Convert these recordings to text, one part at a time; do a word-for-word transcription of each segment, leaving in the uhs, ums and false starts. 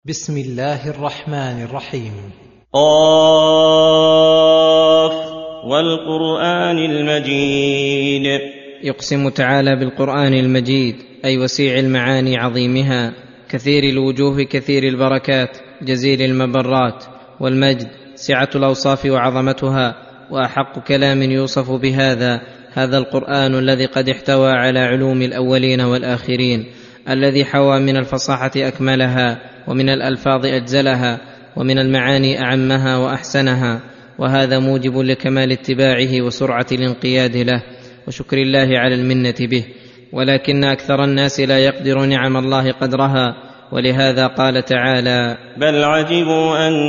بسم الله الرحمن الرحيم. قاف والقرآن المجيد. يقسم تعالى بالقرآن المجيد، أي وسيع المعاني عظيمها، كثير الوجوه كثير البركات، جزيل المبرات، والمجد سعة الأوصاف وعظمتها، وأحق كلام يوصف بهذا هذا القرآن الذي قد احتوى على علوم الأولين والآخرين، الذي حوى من الفصاحة أكملها، ومن الألفاظ أجزلها، ومن المعاني أعمها وأحسنها، وهذا موجب لكمال اتباعه وسرعة الانقياد له وشكر الله على المنة به، ولكن أكثر الناس لا يقدر نعم الله قدرها، ولهذا قال تعالى: بل عجبوا أن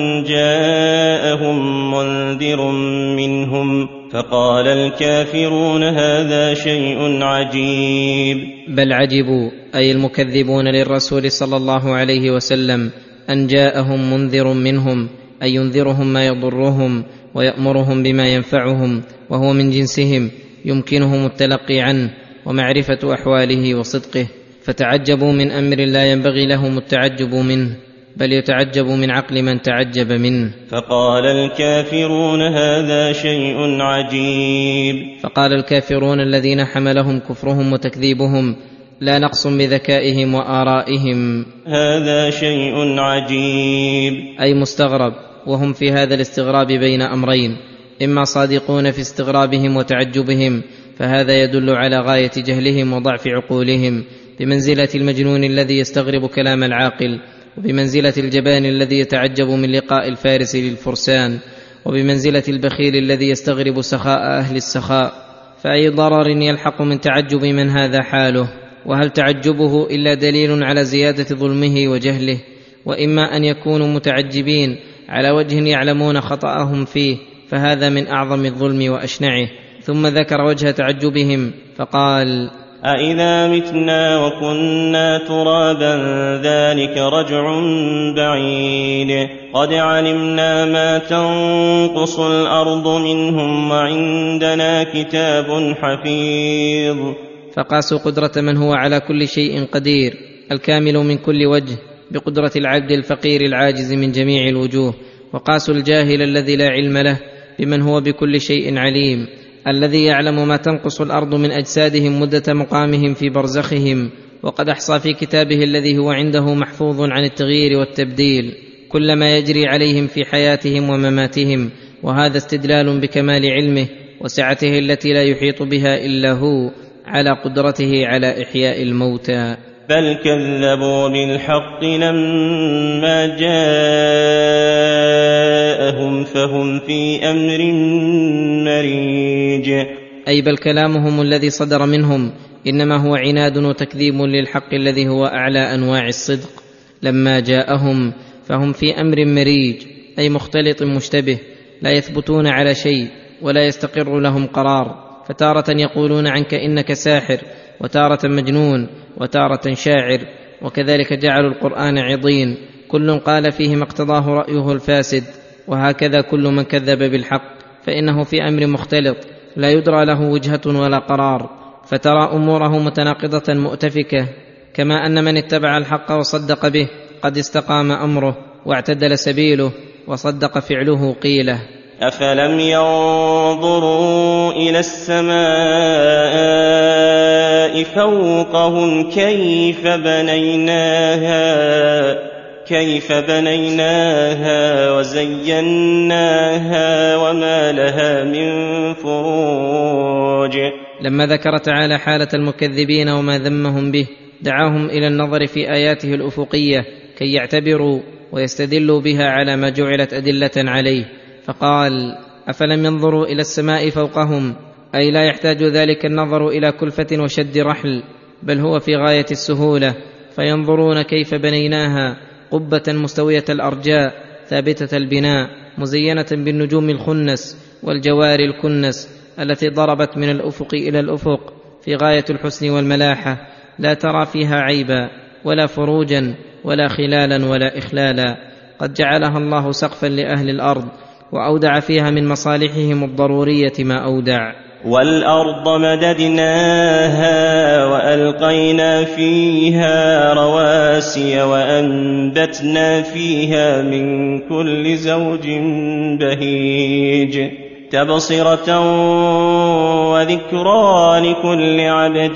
جاءهم منذر منهم فقال الكافرون هذا شيء عجيب. بل عجبوا أي المكذبون للرسول صلى الله عليه وسلم أن جاءهم منذر منهم، أي ينذرهم ما يضرهم ويأمرهم بما ينفعهم، وهو من جنسهم يمكنهم التلقي عنه ومعرفة أحواله وصدقه، فتعجبوا من أمر لا ينبغي لهم التعجب منه، بل يتعجب من عقل من تعجب منه. فقال الكافرون هذا شيء عجيب. فقال الكافرون الذين حملهم كفرهم وتكذيبهم لا نقص بذكائهم وآرائهم: هذا شيء عجيب، أي مستغرب، وهم في هذا الاستغراب بين أمرين: إما صادقون في استغرابهم وتعجبهم، فهذا يدل على غاية جهلهم وضعف عقولهم، بمنزلة المجنون الذي يستغرب كلام العاقل، وبمنزلة الجبان الذي يتعجب من لقاء الفارس للفرسان، وبمنزلة البخيل الذي يستغرب سخاء أهل السخاء. فأي ضرر يلحق من تعجب من هذا حاله؟ وهل تعجبه إلا دليل على زيادة ظلمه وجهله؟ وإما أن يكونوا متعجبين على وجه يعلمون خطأهم فيه، فهذا من أعظم الظلم وأشنعه. ثم ذكر وجه تعجبهم فقال: أإذا متنا وكنا ترابا ذلك رجع بعيد قد علمنا ما تنقص الأرض منهم وعندنا كتاب حفيظ. فقاسوا قدرة من هو على كل شيء قدير، الكامل من كل وجه، بقدرة العبد الفقير العاجز من جميع الوجوه، وقاسوا الجاهل الذي لا علم له بمن هو بكل شيء عليم، الذي يعلم ما تنقص الأرض من أجسادهم مدة مقامهم في برزخهم، وقد أحصى في كتابه الذي هو عنده محفوظ عن التغيير والتبديل كل ما يجري عليهم في حياتهم ومماتهم، وهذا استدلال بكمال علمه وسعته التي لا يحيط بها إلا هو على قدرته على إحياء الموتى. بل كذبوا بالحق لما جاءهم فهم في أمر مريج. أي بل كلامهم الذي صدر منهم إنما هو عناد وتكذيب للحق الذي هو أعلى أنواع الصدق. لما جاءهم فهم في أمر مريج، أي مختلط مشتبه، لا يثبتون على شيء ولا يستقر لهم قرار، فتارة يقولون عنك إنك ساحر، وتارة مجنون، وتارة شاعر، وكذلك جعلوا القرآن عضين، كل قال فيه ما اقتضاه رأيه الفاسد. وهكذا كل من كذب بالحق فإنه في أمر مختلط لا يدرى له وجهة ولا قرار، فترى أموره متناقضة مؤتفكة، كما أن من اتبع الحق وصدق به قد استقام أمره واعتدل سبيله وصدق فعله قيله. أفلم ينظروا إلى السماء فوقهم كيف بنيناها كيف بنيناها وزيناها وما لها من فروج. لما ذكر تعالى حالة المكذبين وما ذمهم به، دعاهم إلى النظر في آياته الأفقية كي يعتبروا ويستدلوا بها على ما جعلت أدلة عليه، فقال: أفلم ينظروا إلى السماء فوقهم، أي لا يحتاج ذلك النظر إلى كلفة وشد رحل، بل هو في غاية السهولة، فينظرون كيف بنيناها قبة مستوية الأرجاء ثابتة البناء مزينة بالنجوم الخنس والجوار الكنس التي ضربت من الأفق إلى الأفق في غاية الحسن والملاحة، لا ترى فيها عيبا ولا فروجا ولا خلالا ولا إخلالا، قد جعلها الله سقفا لأهل الأرض، وأودع فيها من مصالحهم الضرورية ما أودع. والأرض مددناها وألقينا فيها رواسي وأنبتنا فيها من كل زوج بهيج تبصرة وذكرى لكل عبد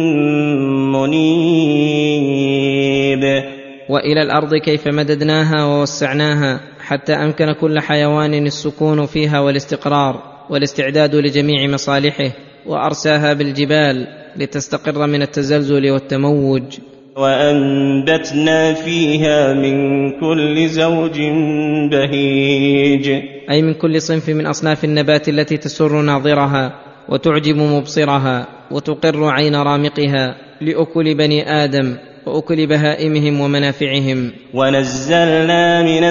منيب. وإلى الأرض كيف مددناها ووسعناها حتى أمكن كل حيوان السكون فيها والاستقرار والاستعداد لجميع مصالحه، وأرساها بالجبال لتستقر من التزلزل والتموج. وأنبتنا فيها من كل زوج بهيج، أي من كل صنف من أصناف النبات التي تسر ناظرها وتعجب مبصرها وتقر عين رامقها لأكل بني آدم وأكل بهائمهم ومنافعهم. ونزلنا من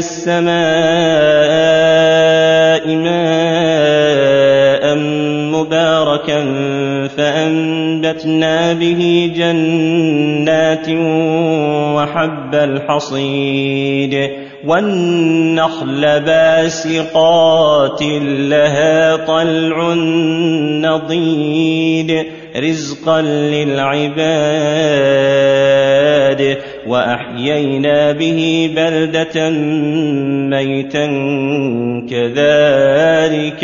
السماء ماء مباركا فأنبتنا به جنات وحب الحصيد والنخل باسقات لها طلع نضيد رزقا للعباد وأحيينا به بلدة ميتا كذلك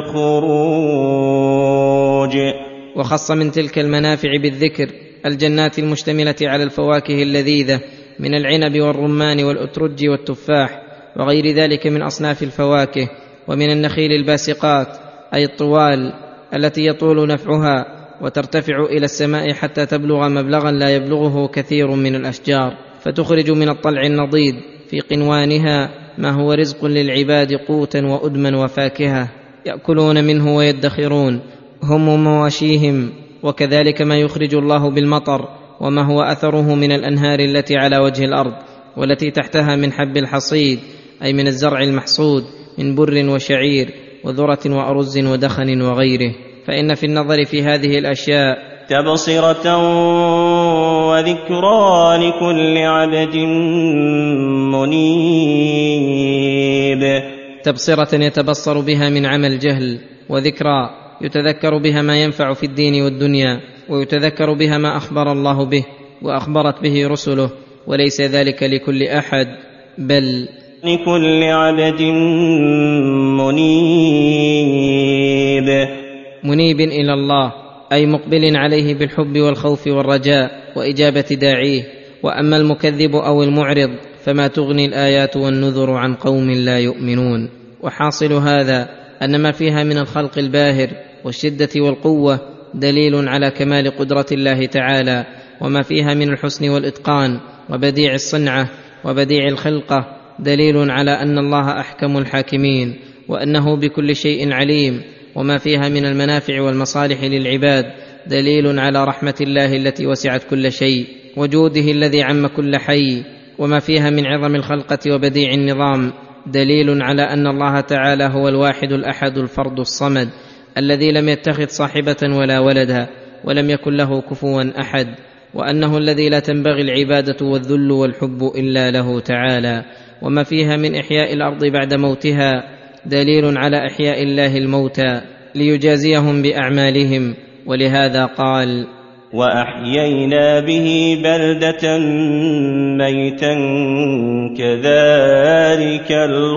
الخروج. وخص من تلك المنافع بالذكر الجنات المشتملة على الفواكه اللذيذة من العنب والرمان والأترج والتفاح وغير ذلك من أصناف الفواكه، ومن النخيل الباسقات أي الطوال التي يطول نفعها وترتفع إلى السماء حتى تبلغ مبلغا لا يبلغه كثير من الأشجار، فتخرج من الطلع النضيد في قنوانها ما هو رزق للعباد قوتا وأدما وفاكهة يأكلون منه ويدخرون هم ومواشيهم. وكذلك ما يخرج الله بالمطر وما هو أثره من الأنهار التي على وجه الأرض والتي تحتها من حب الحصيد أي من الزرع المحصود من بر وشعير وذرة وأرز ودخن وغيره. فإن في النظر في هذه الأشياء تبصرة وذكرى لكل عبد منيب. تبصرة يتبصر بها من عمل جهل، وذكرى يتذكر بها ما ينفع في الدين والدنيا، ويتذكر بها ما أخبر الله به وأخبرت به رسله، وليس ذلك لكل أحد بل لكل عبد منيب. منيب إلى الله أي مقبل عليه بالحب والخوف والرجاء وإجابة داعيه. وأما المكذب أو المعرض فما تغني الآيات والنذر عن قوم لا يؤمنون. وحاصل هذا أن ما فيها من الخلق الباهر والشدة والقوة دليل على كمال قدرة الله تعالى، وما فيها من الحسن والإتقان وبديع الصنعة وبديع الخلقة دليل على أن الله أحكم الحاكمين وأنه بكل شيء عليم، وما فيها من المنافع والمصالح للعباد دليل على رحمة الله التي وسعت كل شيء وجوده الذي عم كل حي، وما فيها من عظم الخلقة وبديع النظام دليل على أن الله تعالى هو الواحد الأحد الفرد الصمد الذي لم يتخذ صاحبة ولا ولدا ولم يكن له كفوا أحد، وأنه الذي لا تنبغي العبادة والذل والحب إلا له تعالى. وما فيها من إحياء الأرض بعد موتها دليل على إحياء الله الموتى ليجازيهم بأعمالهم، ولهذا قال وأحيينا به بلدة ميتا كذلك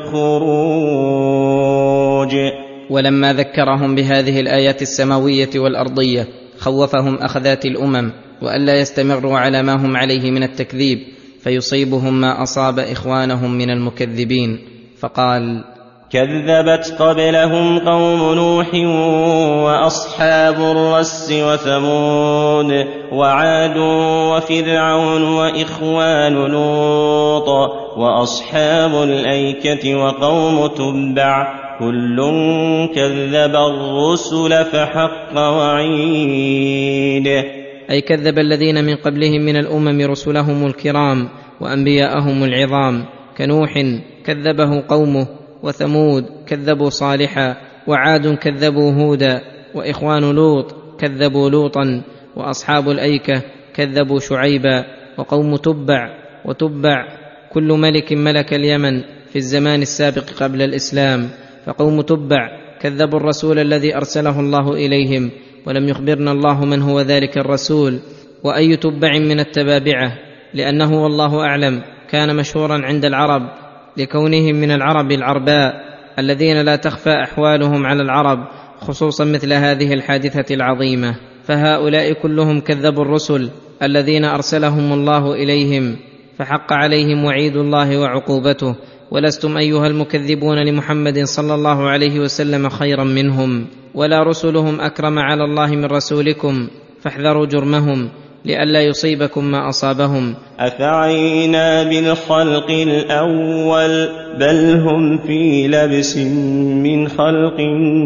الخروج. ولما ذكرهم بهذه الآيات السماوية والأرضية خوفهم أخذات الأمم وألا يستمروا على ما هم عليه من التكذيب فيصيبهم ما أصاب إخوانهم من المكذبين، فقال كذبت قبلهم قوم نوح وأصحاب الرس وثمود وعاد وفرعون وإخوان لوط وأصحاب الأيكة وقوم تبع كل كذب الرسل فحق وعيد. أي كذب الذين من قبلهم من الأمم رسلهم الكرام وأنبياءهم العظام، كنوح كذبه قومه، وثمود كذبوا صالحا، وعاد كذبوا هودا، وإخوان لوط كذبوا لوطا، وأصحاب الأيكة كذبوا شعيبا، وقوم تبع وتبع كل ملك ملك اليمن في الزمان السابق قبل الإسلام، فقوم تبع كذبوا الرسول الذي ارسله الله اليهم، ولم يخبرنا الله من هو ذلك الرسول واي تبع من التبابعه، لانه والله اعلم كان مشهورا عند العرب لكونهم من العرب العرباء الذين لا تخفى احوالهم على العرب، خصوصا مثل هذه الحادثه العظيمه. فهؤلاء كلهم كذبوا الرسل الذين ارسلهم الله اليهم، فحق عليهم وعيد الله وعقوبته، ولستم ايها المكذبون لمحمد صلى الله عليه وسلم خيرا منهم، ولا رسلهم اكرم على الله من رسولكم، فاحذروا جرمهم لئلا يصيبكم ما اصابهم. أفعينا بالخلق الأول بل هم في لبس من خلق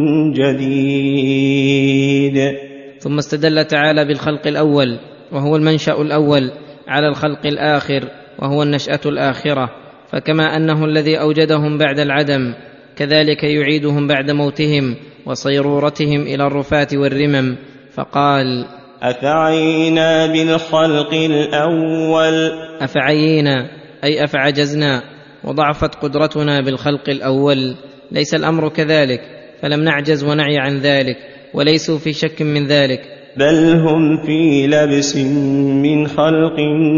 جديد. ثم استدل تعالى بالخلق الاول وهو المنشأ الاول على الخلق الاخر وهو النشأة الاخرة، فكما انه الذي اوجدهم بعد العدم كذلك يعيدهم بعد موتهم وصيرورتهم الى الرفاة والرمم، فقال: أفعينا بالخلق الأول. أفعينا أي أفعجزنا وضعفت قدرتنا بالخلق الأول، ليس الأمر كذلك، فلم نعجز ونعي عن ذلك، وليسوا في شك من ذلك، بل هم في لبس من خلق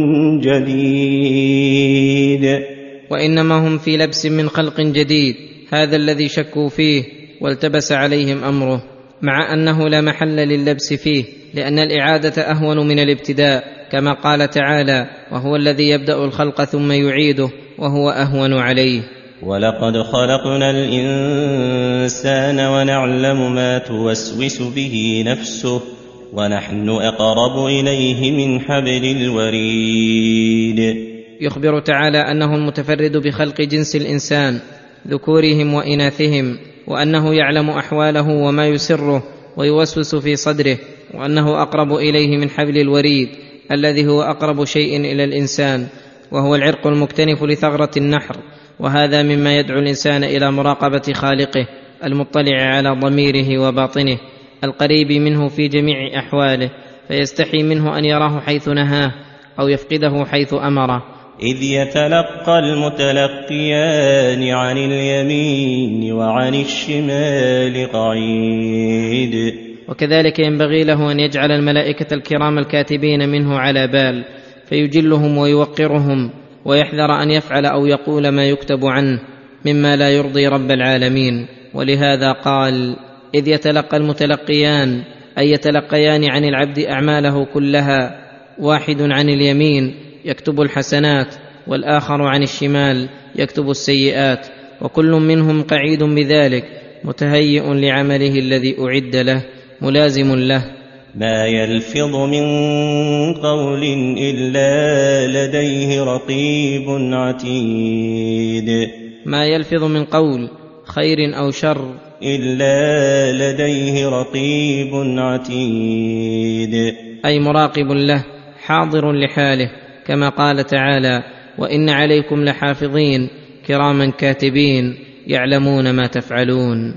جديد. وإنما هم في لبس من خلق جديد، هذا الذي شكوا فيه والتبس عليهم أمره، مع أنه لا محل لللبس فيه، لأن الإعادة أهون من الابتداء، كما قال تعالى: وهو الذي يبدأ الخلق ثم يعيده وهو أهون عليه. ولقد خلقنا الإنسان ونعلم ما توسوس به نفسه ونحن أقرب إليه من حبل الوريد. يخبر تعالى أنه المتفرد بخلق جنس الإنسان ذكورهم وإناثهم، وأنه يعلم أحواله وما يسره ويوسوس في صدره، وأنه أقرب إليه من حبل الوريد الذي هو أقرب شيء إلى الإنسان، وهو العرق المكتنف لثغرة النحر. وهذا مما يدعو الإنسان إلى مراقبة خالقه المطلع على ضميره وباطنه القريب منه في جميع أحواله، فيستحي منه أن يراه حيث نهاه أو يفقده حيث أمره. إذ يتلقى المتلقيان عن اليمين وعن الشمال قعيد. وكذلك ينبغي له أن يجعل الملائكة الكرام الكاتبين منه على بال، فيجلهم ويوقرهم، ويحذر أن يفعل أو يقول ما يكتب عنه مما لا يرضي رب العالمين. ولهذا قال: إذ يتلقى المتلقيان، أي يتلقيان عن العبد أعماله كلها، واحد عن اليمين يكتب الحسنات، والآخر عن الشمال يكتب السيئات، وكل منهم قعيد بذلك، متهيئ لعمله الذي أعد له، ملازم له. ما يلفظ من قول إلا لديه رقيب عتيد. ما يلفظ من قول خير أو شر إلا لديه رقيب عتيد، أي مراقب له حاضر لحاله، كما قال تعالى: وإن عليكم لحافظين كراما كاتبين يعلمون ما تفعلون.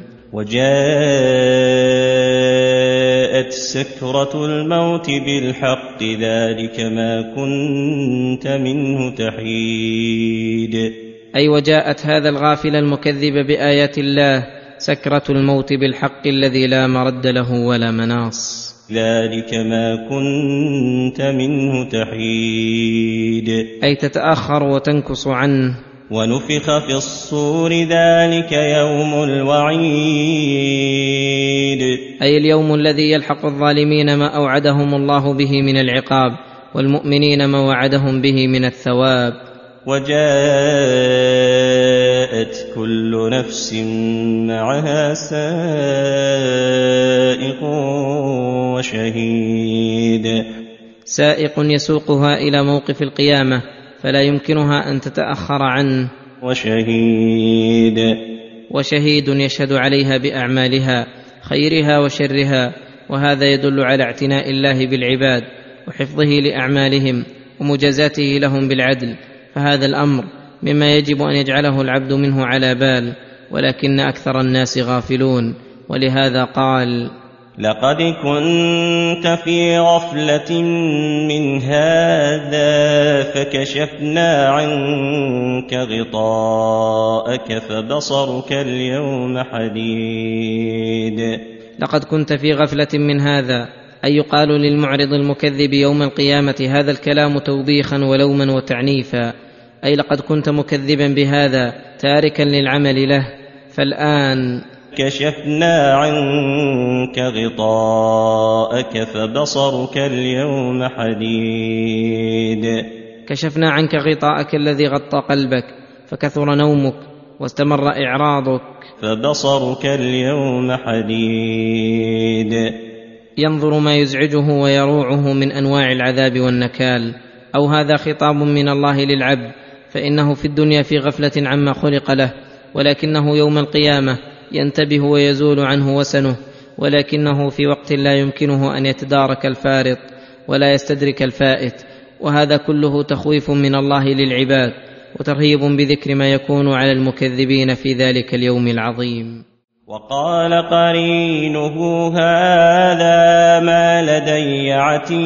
وجاءت سكرة الموت بالحق ذلك ما كنت منه تحيد، أي وجاءت هذا الغافل المكذب بآيات الله سكرة الموت بالحق الذي لا مرد له ولا مناص، ذلك ما كنت منه تحيد، أي تتأخر وتنكص عنه. ونفخ في الصور ذلك يوم الوعيد، أي اليوم الذي يلحق الظالمين ما أوعدهم الله به من العقاب، والمؤمنين ما وعدهم به من الثواب. وجاءت كل نفس معها سائق وشهيد، سائق يسوقها إلى موقف القيامة فلا يمكنها أن تتأخر عنه، وشهيد وشهيد يشهد عليها بأعمالها خيرها وشرها. وهذا يدل على اعتناء الله بالعباد وحفظه لأعمالهم ومجازاته لهم بالعدل، فهذا الأمر مما يجب أن يجعله العبد منه على بال، ولكن أكثر الناس غافلون. ولهذا قال: لقد كنت في غفلة من هذا فكشفنا عنك غطاءك فبصرك اليوم حديد. لقد كنت في غفلة من هذا، أي يقال للمعرض المكذب يوم القيامة هذا الكلام توبيخا ولوما وتعنيفا، أي لقد كنت مكذبا بهذا تاركا للعمل له، فالآن كشفنا عنك غطاءك فبصرك اليوم حديد. كشفنا عنك غطاءك الذي غطى قلبك فكثر نومك واستمر إعراضك، فبصرك اليوم حديد. ينظر ما يزعجه ويروعه من أنواع العذاب والنكال، أو هذا خطاب من الله للعبد، فإنه في الدنيا في غفلة عما خلق له، ولكنه يوم القيامة ينتبه ويزول عنه وسنه، ولكنه في وقت لا يمكنه أن يتدارك الفارط ولا يستدرك الفائت، وهذا كله تخويف من الله للعباد وترهيب بذكر ما يكون على المكذبين في ذلك اليوم العظيم. وقال قرينه هذا ما لدي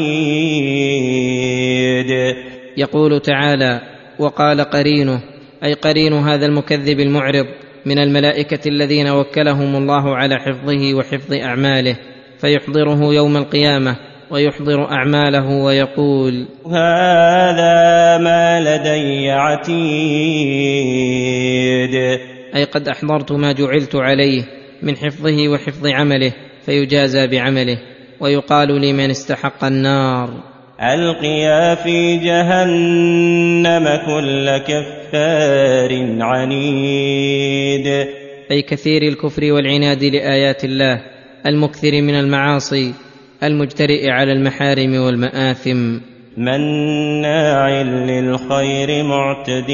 عتيد. يقول تعالى: وقال قرينه، أي قرين هذا المكذب المعرض من الملائكة الذين وكلهم الله على حفظه وحفظ أعماله، فيحضره يوم القيامة ويحضر أعماله ويقول: هذا ما لدي عتيد، أي قد أحضرت ما جعلت عليه من حفظه وحفظ عمله، فيجازى بعمله. ويقال لمن استحق النار: ألقيا في جهنم كل كفار عنيد، أي كثير الكفر والعناد لآيات الله، المكثر من المعاصي، المجترئ على المحارم والمآثم، مناع للخير معتد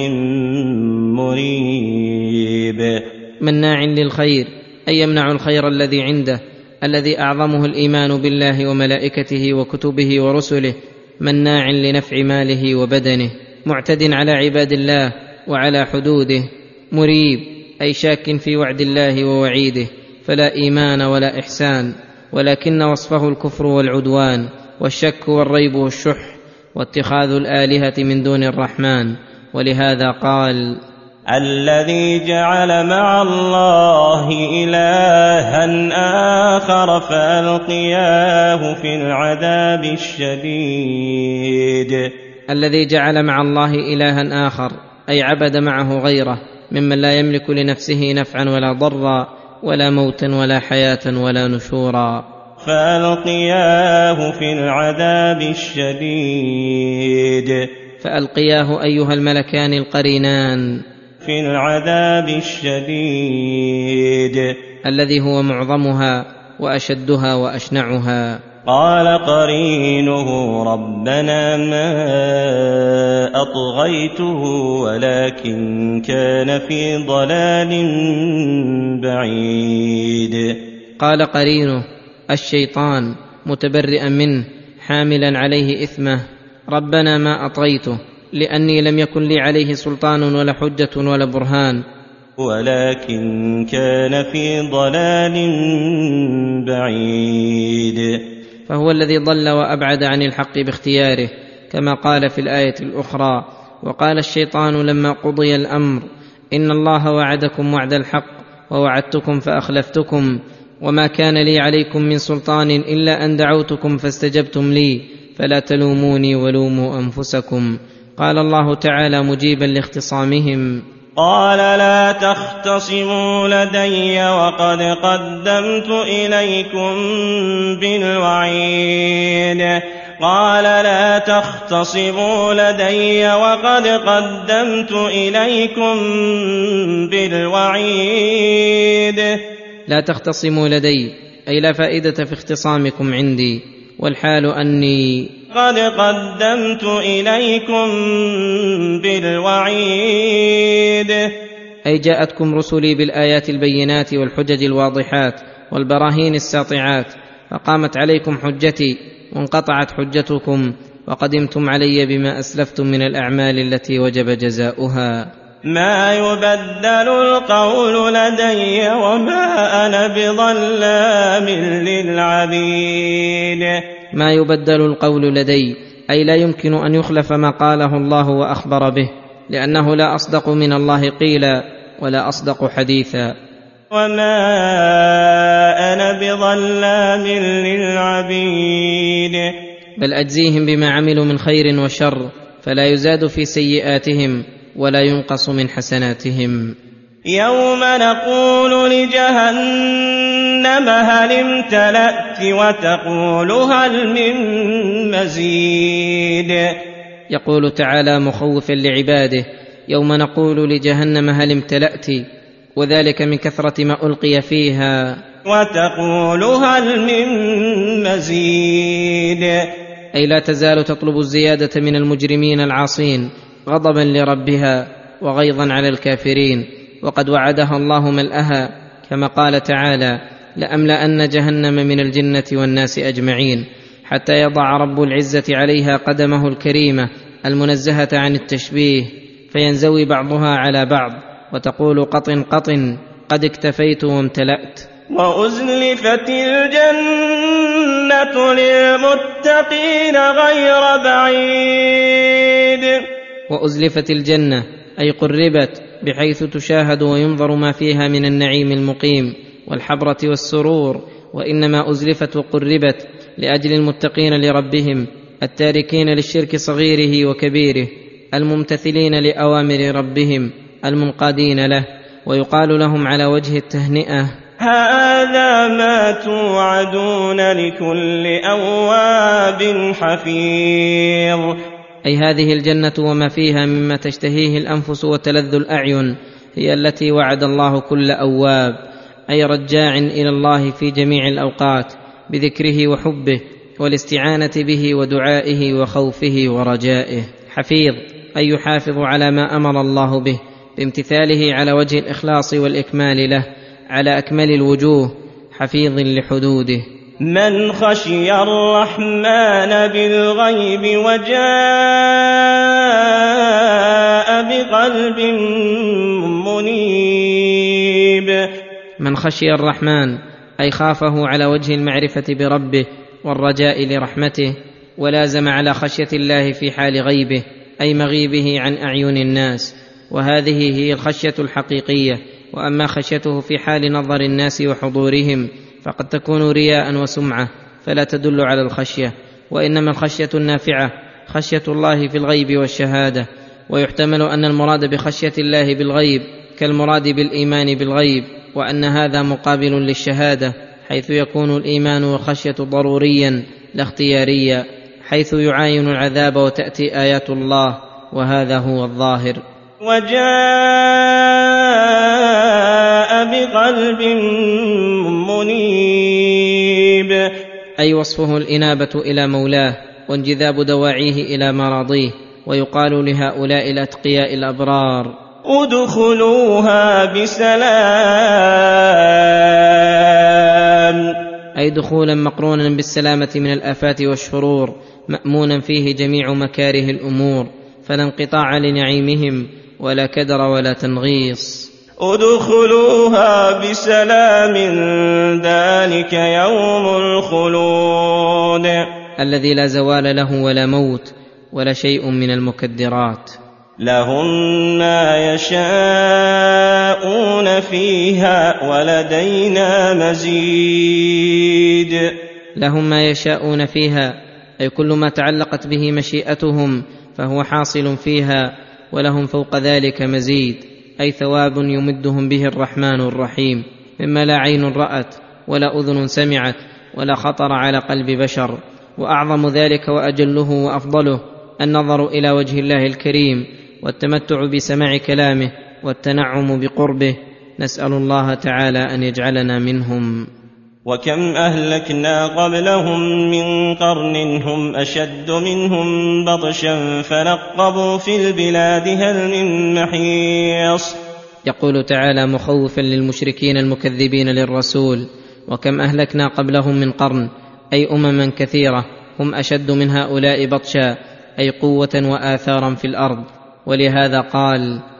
مريب. مناع للخير، أي يمنع الخير الذي عنده، الذي أعظمه الإيمان بالله وملائكته وكتبه ورسله، مناع لنفع ماله وبدنه، معتد على عباد الله وعلى حدوده، مريب، أي شاك في وعد الله ووعيده، فلا إيمان ولا إحسان، ولكن وصفه الكفر والعدوان والشك والريب والشح واتخاذ الآلهة من دون الرحمن. ولهذا قال: الذي جعل مع الله إلها آخر فألقياه في العذاب الشديد. الذي جعل مع الله إلها آخر، أي عبد معه غيره ممن لا يملك لنفسه نفعا ولا ضرا ولا موتا ولا حياة ولا نشورا، فألقياه في العذاب الشديد. فألقياه أيها الملكان القرينان في العذاب الشديد الذي هو معظمها وأشدها وأشنعها. قال قرينه ربنا ما أطغيته ولكن كان في ضلال بعيد. قال قرينه الشيطان متبرئا منه حاملا عليه إثمه: ربنا ما أطغيته، لأني لم يكن لي عليه سلطان ولا حجة ولا برهان، ولكن كان في ضلال بعيد. فهو الذي ضل وأبعد عن الحق باختياره، كما قال في الآية الأخرى: وقال الشيطان لما قضي الأمر إن الله وعدكم وعد الحق ووعدتكم فأخلفتكم وما كان لي عليكم من سلطان إلا أن دعوتكم فاستجبتم لي فلا تلوموني ولوموا أنفسكم. قال الله تعالى مجيبا لاختصامهم: قال لا تختصموا لدي وقد قدمت إليكم بالوعيد. قال لا تختصموا لدي وقد قدمت إليكم بالوعيد. لا تختصموا لدي، أي لا فائدة في اختصامكم عندي، والحال أني قد قدمت إليكم بالوعيد، أي جاءتكم رسلي بالآيات البينات والحجج الواضحات والبراهين الساطعات، فقامت عليكم حجتي وانقطعت حجتكم، وقدمتم علي بما أسلفتم من الأعمال التي وجب جزاؤها. ما يبدل القول لدي وما أنا بظلام للعبيد. ما يبدل القول لدي أي لا يمكن أن يخلف ما قاله الله وأخبر به، لأنه لا أصدق من الله قيلا ولا أصدق حديثا. وما أنا بظلام للعبيد. بل أجزيهم بما عملوا من خير وشر، فلا يزاد في سيئاتهم ولا ينقص من حسناتهم. يوم نقول لجهنم هل امتلأت وتقول هل من مزيد. يقول تعالى مخوفا لعباده: يوم نقول لجهنم هل امتلأت، وذلك من كثرة ما ألقي فيها. وتقول هل من مزيد، أي لا تزال تطلب الزيادة من المجرمين العاصين غضبا لربها وغيظا على الكافرين، وقد وعدها الله ملأها كما قال تعالى: لأملأن جهنم من الجنة والناس أجمعين، حتى يضع رب العزة عليها قدمه الكريمة المنزهة عن التشبيه، فينزوي بعضها على بعض، وتقول قطن قطن قد اكتفيت وامتلأت. وأزلفت الجنة للمتقين غير بعيد. وأزلفت الجنة أي قربت، بحيث تشاهد وينظر ما فيها من النعيم المقيم والحبرة والسرور، وإنما أزلفت وقربت لأجل المتقين لربهم التاركين للشرك صغيره وكبيره، الممتثلين لأوامر ربهم المنقادين له، ويقال لهم على وجه التهنئة: هذا ما توعدون لكل أواب حفيظ. أي هذه الجنة وما فيها مما تشتهيه الأنفس وتلذ الأعين هي التي وعد الله كل أواب، أي رجاع إلى الله في جميع الأوقات بذكره وحبه والاستعانة به ودعائه وخوفه ورجائه. حفيظ أي يحافظ على ما أمر الله به بامتثاله على وجه الإخلاص والإكمال له على أكمل الوجوه، حفيظ لحدوده. من خشي الرحمن بالغيب وجاء بقلب منيب. من خشي الرحمن أي خافه على وجه المعرفة بربه والرجاء لرحمته، ولازم على خشية الله في حال غيبه أي مغيبه عن أعين الناس، وهذه هي الخشية الحقيقية. وأما خشيته في حال نظر الناس وحضورهم فقد تكون رياء وسمعة، فلا تدل على الخشية، وإنما الخشية النافعة خشية الله في الغيب والشهادة. ويحتمل أن المراد بخشية الله بالغيب كالمراد بالإيمان بالغيب، وأن هذا مقابل للشهادة، حيث يكون الإيمان والخشية ضروريا لا اختياريا، حيث يعاين العذاب وتأتي آيات الله، وهذا هو الظاهر. وجاء بقلب منيب أي وصفه الإنابة إلى مولاه وانجذاب دواعيه إلى مراضيه. ويقال لهؤلاء الأتقياء الأبرار: ادخلوها بسلام، أي دخولا مقرونا بالسلامة من الآفات والشرور، مأمونا فيه جميع مكاره الأمور، فلا انقطاع لنعيمهم ولا كدر ولا تنغيص. ادخلوها بسلام ذلك يوم الخلود، الذي لا زوال له ولا موت ولا شيء من المكدرات. لهم ما يشاءون فيها ولدينا مزيد. لهم ما يشاءون فيها أي كل ما تعلقت به مشيئتهم فهو حاصل فيها، ولهم فوق ذلك مزيد، أي ثواب يمدهم به الرحمن الرحيم، مما لا عين رأت ولا أذن سمعت ولا خطر على قلب بشر. وأعظم ذلك وأجله وأفضله النظر إلى وجه الله الكريم والتمتع بسماع كلامه والتنعم بقربه. نسأل الله تعالى أن يجعلنا منهم. وكم أهلكنا قبلهم من قرن هم أشد منهم بطشا فنقبوا في البلاد هل من محيص. يقول تعالى مخوفا للمشركين المكذبين للرسول: وكم أهلكنا قبلهم من قرن، أي أمما كثيرة هم أشد من هؤلاء بطشا، أي قوة وآثارا في الأرض. ولهذا قال: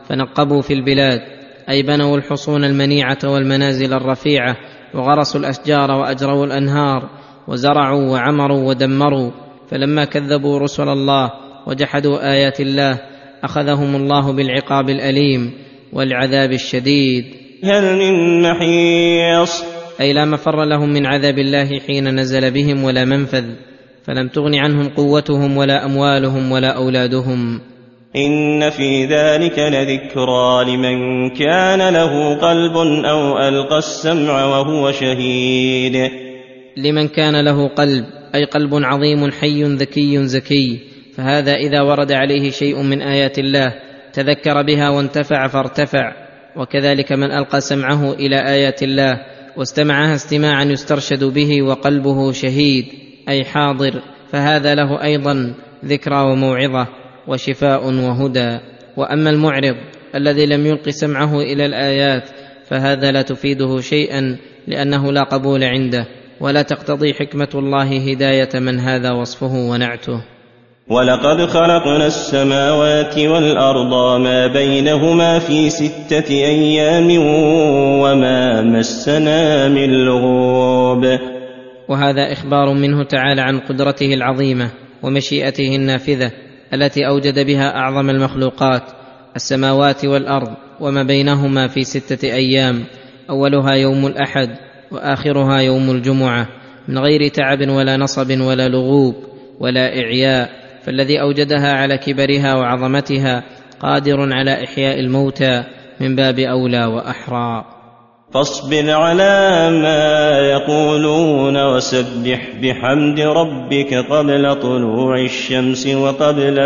فنقبوا في البلاد، أي بنوا الحصون المنيعة والمنازل الرفيعة، وغرسوا الأشجار وأجروا الأنهار، وزرعوا وعمروا ودمروا. فلما كذبوا رسل الله وجحدوا آيات الله أخذهم الله بالعقاب الأليم والعذاب الشديد. هل من محيص؟ أي لا مفر لهم من عذاب الله حين نزل بهم ولا منفذ، فلم تغن عنهم قوتهم ولا أموالهم ولا أولادهم. إن في ذلك لذكرى لمن كان له قلب أو ألقى السمع وهو شهيد. لمن كان له قلب، أي قلب عظيم حي ذكي زكي، فهذا إذا ورد عليه شيء من آيات الله تذكر بها وانتفع فارتفع. وكذلك من ألقى سمعه إلى آيات الله واستمعها استماعا يسترشد به وقلبه شهيد، أي حاضر، فهذا له أيضا ذكرى وموعظة وشفاء وهدى. وأما المعرض الذي لم يلق سمعه إلى الآيات فهذا لا تفيده شيئا، لأنه لا قبول عنده، ولا تقتضي حكمة الله هداية من هذا وصفه ونعته. ولقد خلقنا السماوات والأرض ما بينهما في ستة أيام وما مسنا من لغوب. وهذا إخبار منه تعالى عن قدرته العظيمة ومشيئته النافذة التي أوجد بها أعظم المخلوقات، السماوات والأرض وما بينهما في ستة أيام، أولها يوم الأحد وآخرها يوم الجمعة، من غير تعب ولا نصب ولا لغوب ولا إعياء. فالذي أوجدها على كبرها وعظمتها قادر على إحياء الموتى من باب أولى وأحرى. فاصبر على ما يقولون وسبح بحمد ربك قبل طلوع الشمس وقبل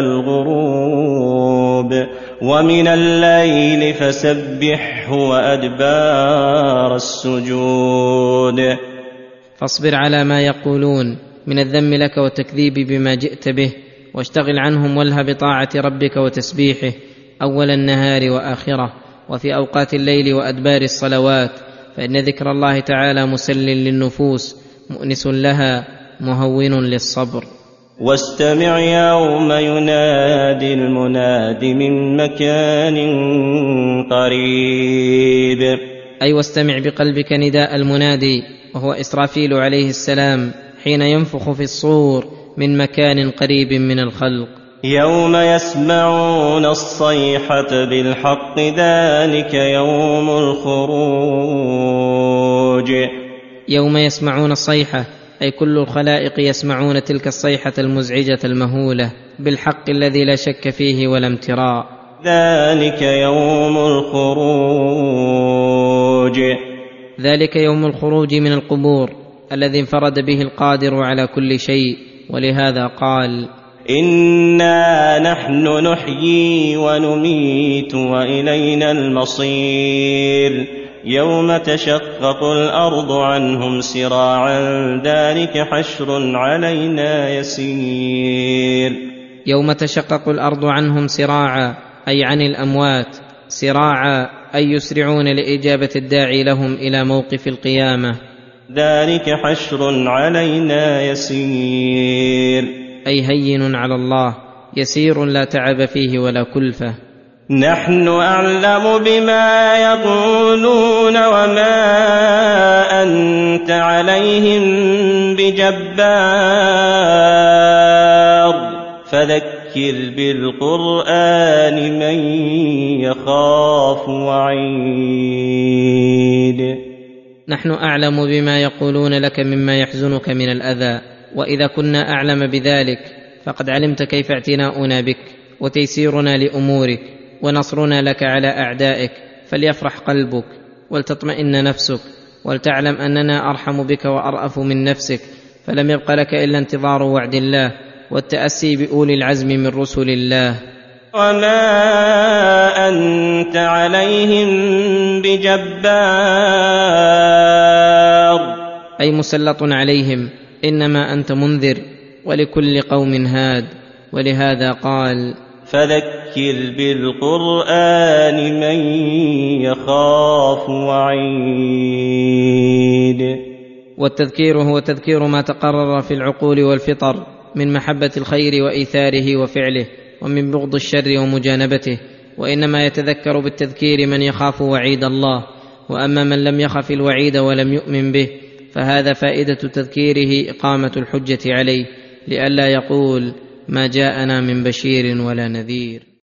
الغروب ومن الليل فسبحه وأدبار السجود. فاصبر على ما يقولون من الذم لك والتكذيب بما جئت به، واشتغل عنهم والها بطاعة ربك وتسبيحه أول النهار وآخره، وفي أوقات الليل وأدبار الصلوات، فإن ذكر الله تعالى مسل للنفوس مؤنس لها مهون للصبر. واستمع يوم ينادي المناد من مكان قريب. أي واستمع بقلبك نداء المنادي، وهو إسرافيل عليه السلام، حين ينفخ في الصور من مكان قريب من الخلق. يوم يسمعون الصيحة بالحق ذلك يوم الخروج. يوم يسمعون الصيحة، أي كل الخلائق يسمعون تلك الصيحة المزعجة المهولة بالحق الذي لا شك فيه ولا امتراء. ذلك يوم الخروج. ذلك يوم الخروج من القبور الذي انفرد به القادر على كل شيء، ولهذا قال: إنا نحن نحيي ونميت وإلينا المصير. يوم تشقق الأرض عنهم سراعا ذلك حشر علينا يسير. يوم تشقق الأرض عنهم سراعا، أي عن الأموات، سراعا أي يسرعون لإجابة الداعي لهم إلى موقف القيامة. ذلك حشر علينا يسير، أي هين على الله، يسير لا تعب فيه ولا كلفة. نحن أعلم بما يقولون وما أنت عليهم بجبار، فذكر بالقرآن من يخاف وعيد. نحن أعلم بما يقولون لك مما يحزنك من الأذى، وإذا كنا أعلم بذلك فقد علمت كيف اعتناؤنا بك وتيسيرنا لأمورك ونصرنا لك على أعدائك، فليفرح قلبك ولتطمئن نفسك، ولتعلم أننا أرحم بك وأرأف من نفسك، فلم يبق لك إلا انتظار وعد الله والتأسي بأولي العزم من رسل الله. وما أنت عليهم بجبار، أي مسلط عليهم، إنما أنت منذر ولكل قوم هاد. ولهذا قال: فذكر بالقرآن من يخاف وعيد. والتذكير هو تذكير ما تقرر في العقول والفطر من محبة الخير وإيثاره وفعله، ومن بغض الشر ومجانبته، وانما يتذكر بالتذكير من يخاف وعيد الله، واما من لم يخف الوعيد ولم يؤمن به فهذا فائده تذكيره اقامه الحجه عليه، لئلا يقول ما جاءنا من بشير ولا نذير.